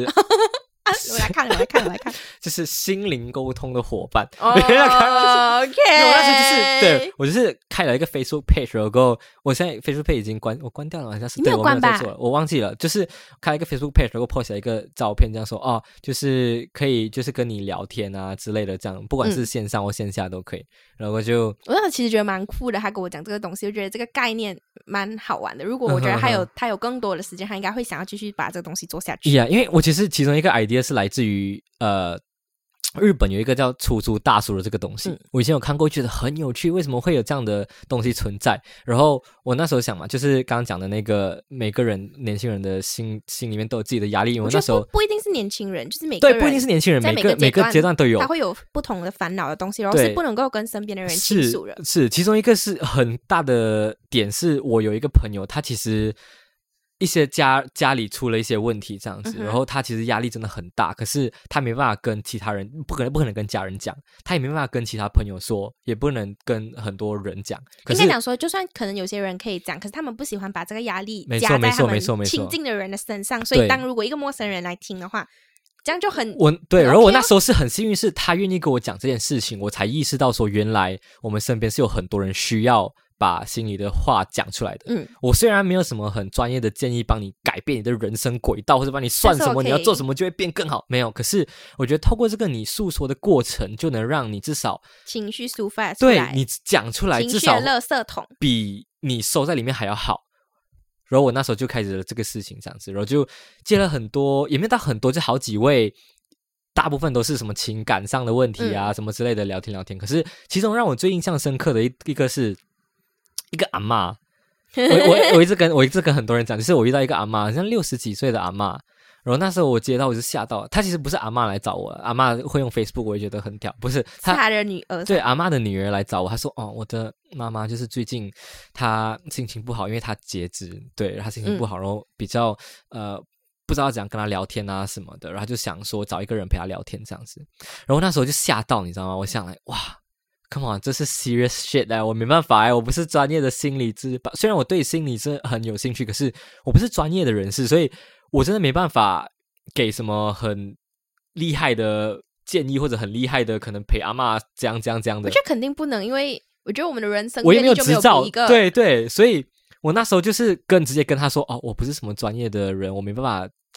S2: 啊、我来看，我来看，我来看，
S1: 就是心灵沟通的伙伴。
S2: 哦、oh, ，OK， 我
S1: 那时候就是对我就是开了一个 Facebook page， 然后我现在 Facebook page 已经关，我关掉了，好像是
S2: 你没有关吧？
S1: 我没有在做了，我忘记了。就是开了一个 Facebook page， 然后 post 了一个照片，这样说哦，就是可以就是跟你聊天啊之类的，这样不管是线上或线下都可以。嗯、然后就
S2: 我那时候其实觉得蛮酷的，他跟我讲这个东西，我觉得这个概念蛮好玩的。如果我觉得他有、嗯、他有更多的时间，他应该会想要继续把这个东西做下去。
S1: 呀、yeah, 因为我其实其中一个 idea 是来自于呃，日本有一个叫出租大叔的这个东西、嗯、我以前有看过，觉得很有趣，为什么会有这样的东西存在。然后我那时候想嘛，就是刚刚讲的那个每个人年轻人的心心里面都有自己的压力，因为那时候
S2: 不, 不一定是年轻人，就是每个人，
S1: 对，不一定是年轻人，每个每个阶段都有，
S2: 他会有不同的烦恼的东西，然后是不能够跟身边的人倾诉的。
S1: 是, 是其中一个是很大的点，是我有一个朋友，他其实一些家家里出了一些问题这样子、嗯、然后他其实压力真的很大，可是他没办法跟其他人，不可能不可能跟家人讲，他也没办法跟其他朋友说，也不能跟很多人讲。可是
S2: 应该讲说，就算可能有些人可以讲，可是他们不喜欢把这个压力加在他们亲近的人的身上，所以当如果一个陌生人来听的话，这样就很
S1: 我对，然后我那时候是很幸运，是他愿意跟我讲这件事情，我才意识到说原来我们身边是有很多人需要把心里的话讲出来的。嗯，我虽然没有什么很专业的建议帮你改变你的人生轨道，或者帮你算什么你要做什么就会变更好，没有，可是我觉得透过这个你诉说的过程，就能让你至少
S2: 情绪抒发出来，
S1: 对，你讲出来至少
S2: 情绪的垃圾桶
S1: 比你收在里面还要好。然后我那时候就开始了这个事情这样子，然后就接了很多，也没有到很多，就好几位，大部分都是什么情感上的问题啊、嗯、什么之类的聊天聊天。可是其中让我最印象深刻的一一个是一个阿嬷，我我我一直跟我一直跟很多人讲，就是我遇到一个阿嬷，好像六十几岁的阿嬷。然后那时候我接到我就吓到了，她其实不是阿嬷来找我，阿嬷会用 Facebook 我也觉得很屌，不是她，
S2: 是她的女儿，
S1: 对，阿嬷的女儿来找我，她说哦，我的妈妈就是最近她心情不好，因为她截肢，对，她心情不好、嗯、然后比较呃不知道怎样跟她聊天啊什么的，然后就想说找一个人陪她聊天这样子。然后那时候就吓到你知道吗，我想来哇Come on， 这是 serious shit 啊！我没办法哎，我不是专业的心理咨，虽然我对心理是很有兴趣，可是我不是专业的人士，所以我真的没办法给什么很厉害的建议，或者很厉害的可能陪阿嬷这样这样这样的。
S2: 我觉得肯定不能，因为我觉得我们的人生
S1: 我也没有执照，
S2: 一个
S1: 对对，所以我那时候就是跟直接跟他说哦，我不是什么专业的人，我没办法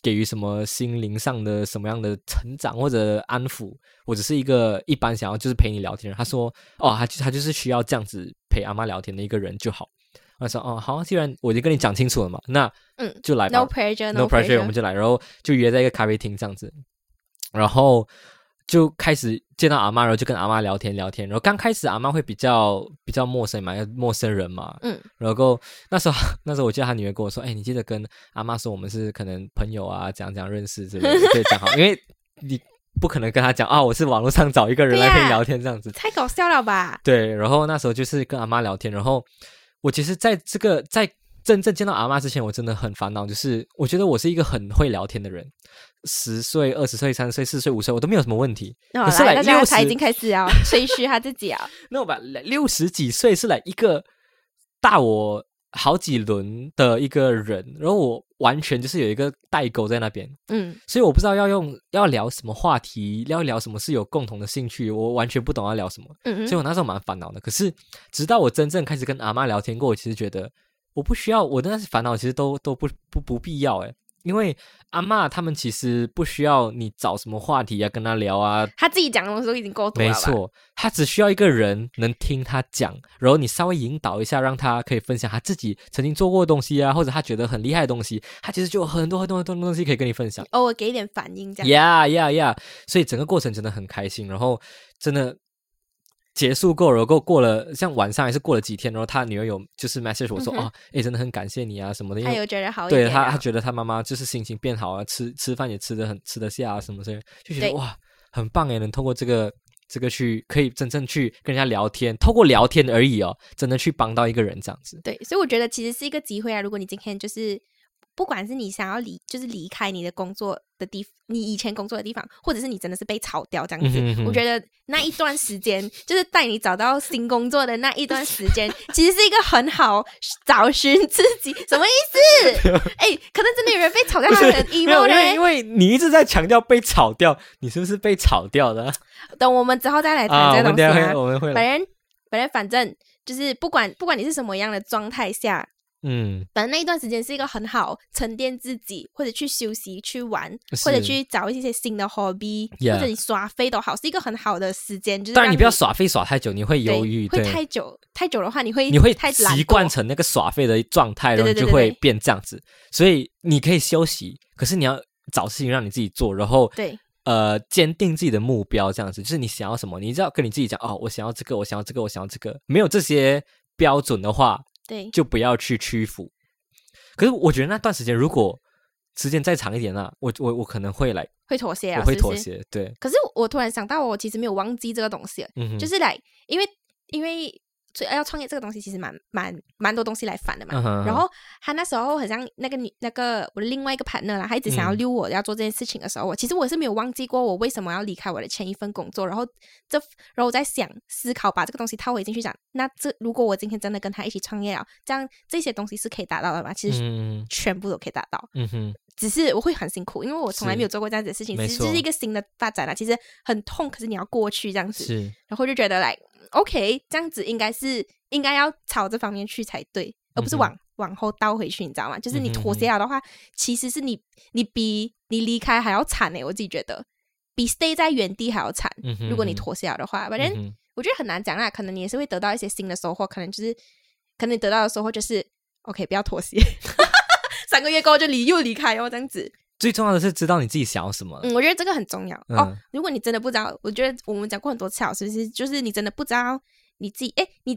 S1: 给予什么心灵上的什么样的成长或者安抚，我只是一个一般想要就是陪你聊天的人。他说哦，他他就是需要这样子陪阿嬷聊天的一个人就好。我说哦好，既然我已经跟你讲清楚了嘛，那嗯就来吧
S2: ，no pressure
S1: no pressure， 我们就来，然后就约在一个咖啡厅这样子，然后就开始见到阿嬷，然后就跟阿嬷聊天聊天。然后刚开始阿嬷会比较比较陌生嘛，陌生人嘛，嗯，然后那时候那时候我记得他女儿跟我说，哎，你记得跟阿嬷说我们是可能朋友啊，怎样怎样认识之类的，对，讲好，因为你不可能跟他讲啊，我是网络上找一个人来陪你聊天这样子，
S2: 太搞笑了吧？
S1: 对，然后那时候就是跟阿嬷聊天，然后我其实在这个在真正见到阿嬷之前，我真的很烦恼，就是我觉得我是一个很会聊天的人，十岁、二十岁、三十岁、四十岁、五十岁，我都没有什么问题。
S2: 哦、可是来六十，他已经开始要吹嘘他自己啊。
S1: 那我把六十几岁是来一个大我好几轮的一个人，然后我完全就是有一个代沟在那边，嗯，所以我不知道要用要聊什么话题，要聊什么是有共同的兴趣，我完全不懂要聊什么，嗯，所以我那时候蛮烦恼的。可是直到我真正开始跟阿嬷聊天过，我其实觉得我不需要，我的那些烦恼其实都都不不不必要诶，因为阿嬷他们其实不需要你找什么话题啊跟他聊啊，
S2: 他自己讲的东西都已经够多了吧。
S1: 没错，他只需要一个人能听他讲，然后你稍微引导一下，让他可以分享他自己曾经做过的东西啊，或者他觉得很厉害的东西，他其实就有很多很多很多东西可以跟你分享，
S2: 偶尔给一点反应这样。
S1: 呀呀呀！所以整个过程真的很开心，然后真的结束过，然后过了像晚上还是过了几天，然后他女儿有就是 message 我说、嗯、哦，哎，真的很感谢你啊什么的，
S2: 他有觉得好一点、啊，
S1: 对他他觉得他妈妈就是心情变好啊，吃吃饭也吃得很吃得下啊什么之类的，就觉得哇很棒哎，能通过这个这个去可以真正去跟人家聊天，透过聊天而已哦，真的去帮到一个人这样子。
S2: 对，所以我觉得其实是一个机会啊，如果你今天就是不管是你想要离就是离开你的工作的地方，你以前工作的地方，或者是你真的是被炒掉这样子、嗯、哼哼我觉得那一段时间就是带你找到新工作的那一段时间其实是一个很好找寻自己什么意思哎、欸，可能真的有人被炒掉他很 emo
S1: 因为因为你一直在强调被炒掉，你是不是被炒掉的、啊、
S2: 等我们之后再来谈这个东西、啊
S1: 啊、我们会
S2: 反正反正反正就是不管不管你是什么样的状态下，嗯，反正那一段时间是一个很好沉淀自己，或者去休息、去玩，或者去找一些新的 hobby，、yeah. 或者你耍废都好，是一个很好的时间。就是、
S1: 当然，你不要耍废耍太久，你会忧郁，
S2: 会太久太久的话，你会
S1: 你会习惯成那个耍废的状态，然后你就会变这样子。所以你可以休息，可是你要找事情让你自己做，然后
S2: 对。
S1: 呃，坚定自己的目标，这样子就是你想要什么，你只要跟你自己讲哦，我想要这个，我想要这个，我想要这个。没有这些标准的话，
S2: 对，
S1: 就不要去屈服。可是我觉得那段时间，如果时间再长一点啊，我我我可能会来
S2: 会妥协啊，
S1: 我会妥協，
S2: 是是
S1: 对。
S2: 可是我突然想到，我其实没有忘记这个东西，嗯、就是来，因为因为。所以要创业这个东西其实蛮蛮蛮多东西来烦的嘛、uh-huh. 然后他那时候好像那个女那个我的另外一个 partner 啦，他一直想要溜我要做这件事情的时候、嗯、我其实我是没有忘记过我为什么要离开我的前一份工作，然后这然后我在想思考把这个东西套回进去讲，那这如果我今天真的跟他一起创业了，这样这些东西是可以达到的吗？其实全部都可以达到，嗯哼，只是我会很辛苦，因为我从来没有做过这样子的事情，其实这是一个新的发展啦，其实很痛，可是你要过去这样子，
S1: 是，
S2: 然后就觉得来 OK 这样子应该是应该要朝这方面去才对，而不是往、嗯、往后倒回去，你知道吗？就是你妥协了的话、嗯、其实是你你比你离开还要惨欸，我自己觉得比 stay 在原地还要惨、嗯、如果你妥协了的话，反正、嗯、我觉得很难讲啦，可能你也是会得到一些新的收获，可能就是可能你得到的收获就是 OK 不要妥协三个月过后就离又离开哦，这样子。
S1: 最重要的是知道你自己想要什么。
S2: 嗯，我觉得这个很重要、嗯、哦。如果你真的不知道，我觉得我们讲过很多次了，是不是？就是你真的不知道你自己，哎，你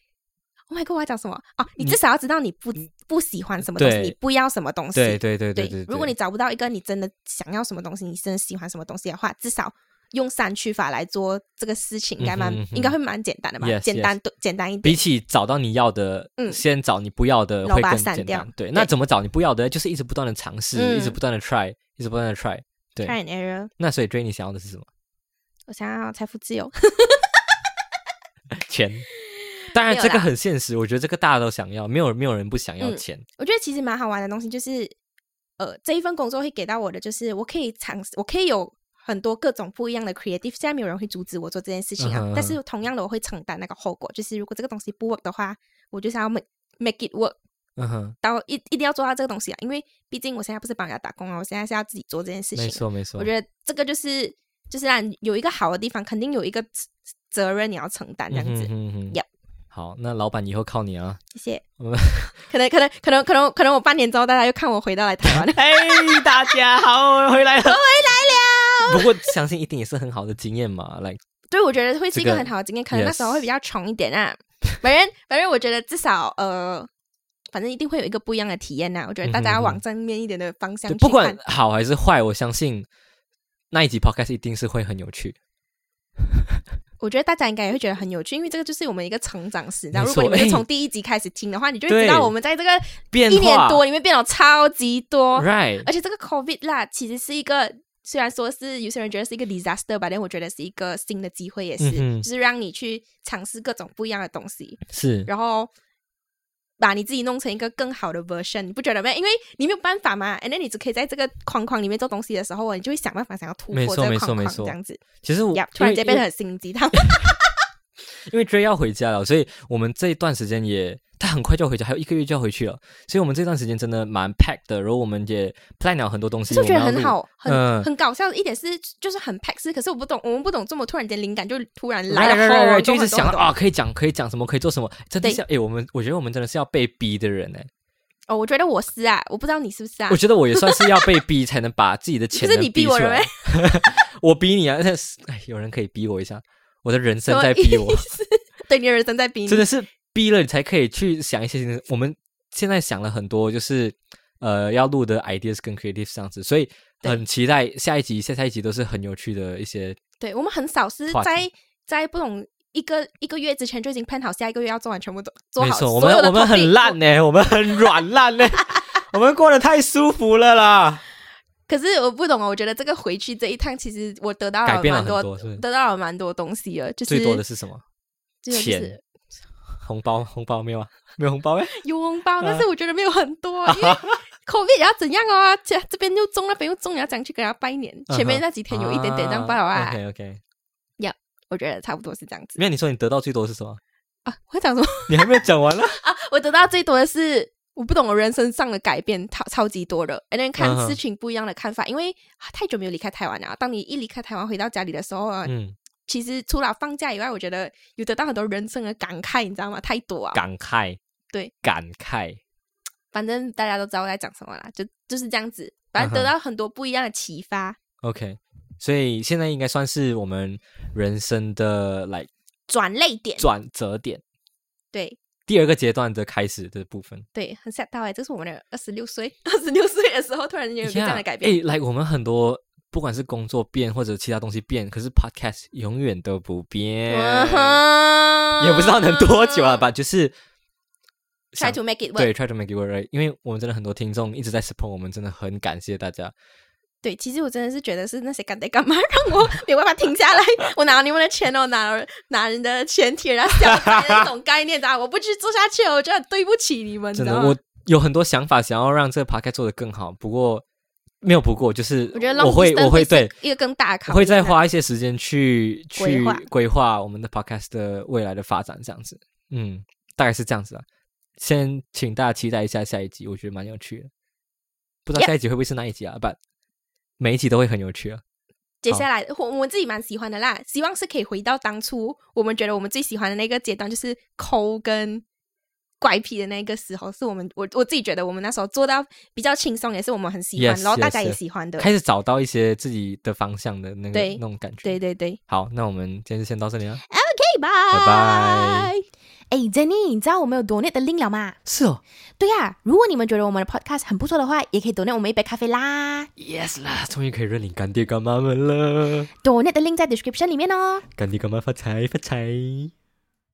S2: ，Oh my God， 我要讲什么？哦，你至少要知道你不你不喜欢什么东西，你不要什么东西。
S1: 对对对对 对,
S2: 对, 对。如果你找不到一个你真的想要什么东西，你真的喜欢什么东西的话，至少用删去法来做这个事情，应该蛮、嗯、应该会蛮简单的嘛， yes, 简单 yes. 简单一点。
S1: 比起找到你要的，嗯，先找你不要的会更简单。对，那怎么找你不要的？就是一直不断的尝试、嗯，一直不断的 try， 一直不断的 try。对
S2: ，try and error。
S1: 那所以 Dray 你想要的是什么？
S2: 我想要财富自由，
S1: 钱。当然这个很现实，我觉得这个大家都想要，没有没有人不想要钱、嗯。
S2: 我觉得其实蛮好玩的东西就是，呃，这一份工作会给到我的就是我可以尝试，我可以有很多各种不一样的 creative， 现在没有人会阻止我做这件事情啊。嗯、但是同样的，我会承担那个后果，就是如果这个东西不 work 的话，我就是要 make make it work， 嗯哼，到一一定要做到这个东西啊，因为毕竟我现在不是帮人家打工啊，我现在是要自己做这件事情。
S1: 没错没错，
S2: 我觉得这个就是就是让有一个好的地方，肯定有一个责任你要承担这样子。嗯哼 yep
S1: 好，那老板以后靠你啊！
S2: 谢谢。可能可能可能可能可能我半年之后，大家又看我回到来台湾。
S1: 哎，大家好，我回来了，我回
S2: 来
S1: 了。不过相信一定也是很好的经验嘛，来。
S2: 对，我觉得会是一个很好的经验，可能那时候会比较穷一点啊。反正反正我觉得至少呃。反正一定会有一个不一样的体验呐、啊！我觉得大家要往正面一点的方向去看、嗯、
S1: 不管好还是坏，我相信那一集 podcast 一定是会很有趣。
S2: 我觉得大家应该也会觉得很有趣，因为这个就是我们一个成长史。然后如果你们是从第一集开始听的话，你就会知道我们在这个一年多里面变了超级多。
S1: Right，
S2: 而且这个 COVID 啦，其实是一个虽然说是有些人觉得是一个 disaster 吧，但我觉得是一个新的机会，也是、嗯、就是让你去尝试各种不一样的东西。
S1: 是，
S2: 然后。把你自己弄成一个更好的 version， 你不觉得吗？因为你没有办法嘛 ，and then 你只可以在这个框框里面做东西的时候，你就会想办法想要突破这个框框，这样子。
S1: 其实我、
S2: yeah, 突然间变得很心鸡汤。
S1: 因为 Dre 要回家了，所以我们这一段时间也，他很快就要回家，还有一个月就要回去了，所以我们这段时间真的蛮 pack 的。然后我们也 plan 了很多东西，
S2: 我觉得很好，很、
S1: 嗯、
S2: 很搞笑的一点是，就是很 pack 是，可是我不懂，我们不懂这么突然间灵感就突然来了，
S1: right, right, right, right, 就一直想啊，可以讲，可以讲什么，可以做什么，真的是哎，我们我觉得我们真的是要被逼的人哎。
S2: 哦，我觉得我是啊，我不知道你是不是啊？
S1: 我觉得我也算是要被逼才能把自己的潜能逼出来。
S2: 不是你逼我了没？
S1: 我逼你啊！哎，有人可以逼我一下，我的人生在逼我。
S2: 对，你的人生在逼你，
S1: 真的是逼了你才可以去想一些事情。我们现在想了很多，就是呃要录的 ideas 跟 creative 这样子，所以很期待下一集、下下一集都是很有趣的一些。
S2: 对，我们很少是在在不懂一个一个月之前就已经 plan 好下一个月要做完全部都做好。
S1: 没错，我们我们很烂呢、欸，我们很软烂呢、欸，我们过得太舒服了啦。
S2: 可是我不懂哦，我觉得这个回去这一趟，其实我得到了蛮多，
S1: 多是
S2: 得到了蛮多东西了。就是
S1: 最多的是什么？钱、红包，红包没有啊？没有红包哎？
S2: 有红包，但是我觉得没有很多，因为 COVID 也要怎样啊？这这边又中，那边又中，你要讲去跟他拜年。前面那几天有一点点这样罢了啊。
S1: OK OK，
S2: 呀，我觉得差不多是这样子。
S1: 没有，你说你得到最多的是什么
S2: 啊？我讲什么？
S1: 你还没有讲完呢
S2: 啊！我得到最多的是。我不懂我人生上的改变超超级多的，然后看事情不一样的看法， uh-huh. 因为、啊、太久没有离开台湾了。当你一离开台湾回到家里的时候啊，嗯，其实除了放假以外，我觉得有得到很多人生的感慨，你知道吗？太多啊！
S1: 感慨，对，感慨。
S2: 反正大家都知道我在讲什么啦，就就是这样子，反正得到很多不一样的启发。
S1: Uh-huh. OK， 所以现在应该算是我们人生的来、like,
S2: 转捩点、
S1: 转折点。
S2: 对。
S1: 第二个阶段的开始的部分，
S2: 对，很 sad 到哎，这是我们的二十六岁，二十六岁的时候突然间有一个这样的改变。
S1: 哎、yeah, ，like 我们很多不管是工作变或者其他东西变，可是 podcast 永远都不变， uh-huh. 也不知道能多久了吧？就是
S2: try to make it work，
S1: 对 ，try to make it work， 因为我们真的很多听众一直在 support 我们，真的很感谢大家。
S2: 对，其实我真的是觉得是那些干爹干妈让我没有办法停下来。我拿你们的钱哦，拿拿人的钱体，然后小财那种概念，知道我不去做下去了，我觉得对不起你们。
S1: 真的，我有很多想法想要让这个 podcast 做得更好，不过没有不过，就是
S2: 我觉得
S1: 我会我会对
S2: 一个更大的考虑，
S1: 我会再花一些时间去去规划我们的 podcast 的未来的发展，这样子。嗯，大概是这样子啊。先请大家期待一下下一集，我觉得蛮有趣的。不知道下一集会不会是那一集啊？ But 每一集都会很有趣啊！
S2: 接下来我我们自己蛮喜欢的啦，希望是可以回到当初我们觉得我们最喜欢的那个阶段，就是抠跟怪癖的那个时候，是我们我我自己觉得我们那时候做到比较轻松，也是我们很喜欢， yes, 然后大家也喜欢的，
S1: yes, yes. 开始找到一些自己的方向的那个那种感觉。
S2: 对对对，
S1: 好，那我们今天就先到这里了。
S2: OK， 拜
S1: 拜拜。
S2: 哎 ，Jenny， 你知道我们有 donate 的 link 了吗？
S1: 是哦。
S2: 对呀、啊，如果你们觉得我们的 podcast 很不错的话，也可以 donate 我们一杯咖啡啦。
S1: Yes 啦，终于可以认领干爹干妈们了。
S2: donate 的 link 在 description 里面哦。
S1: 干爹干妈发财发财。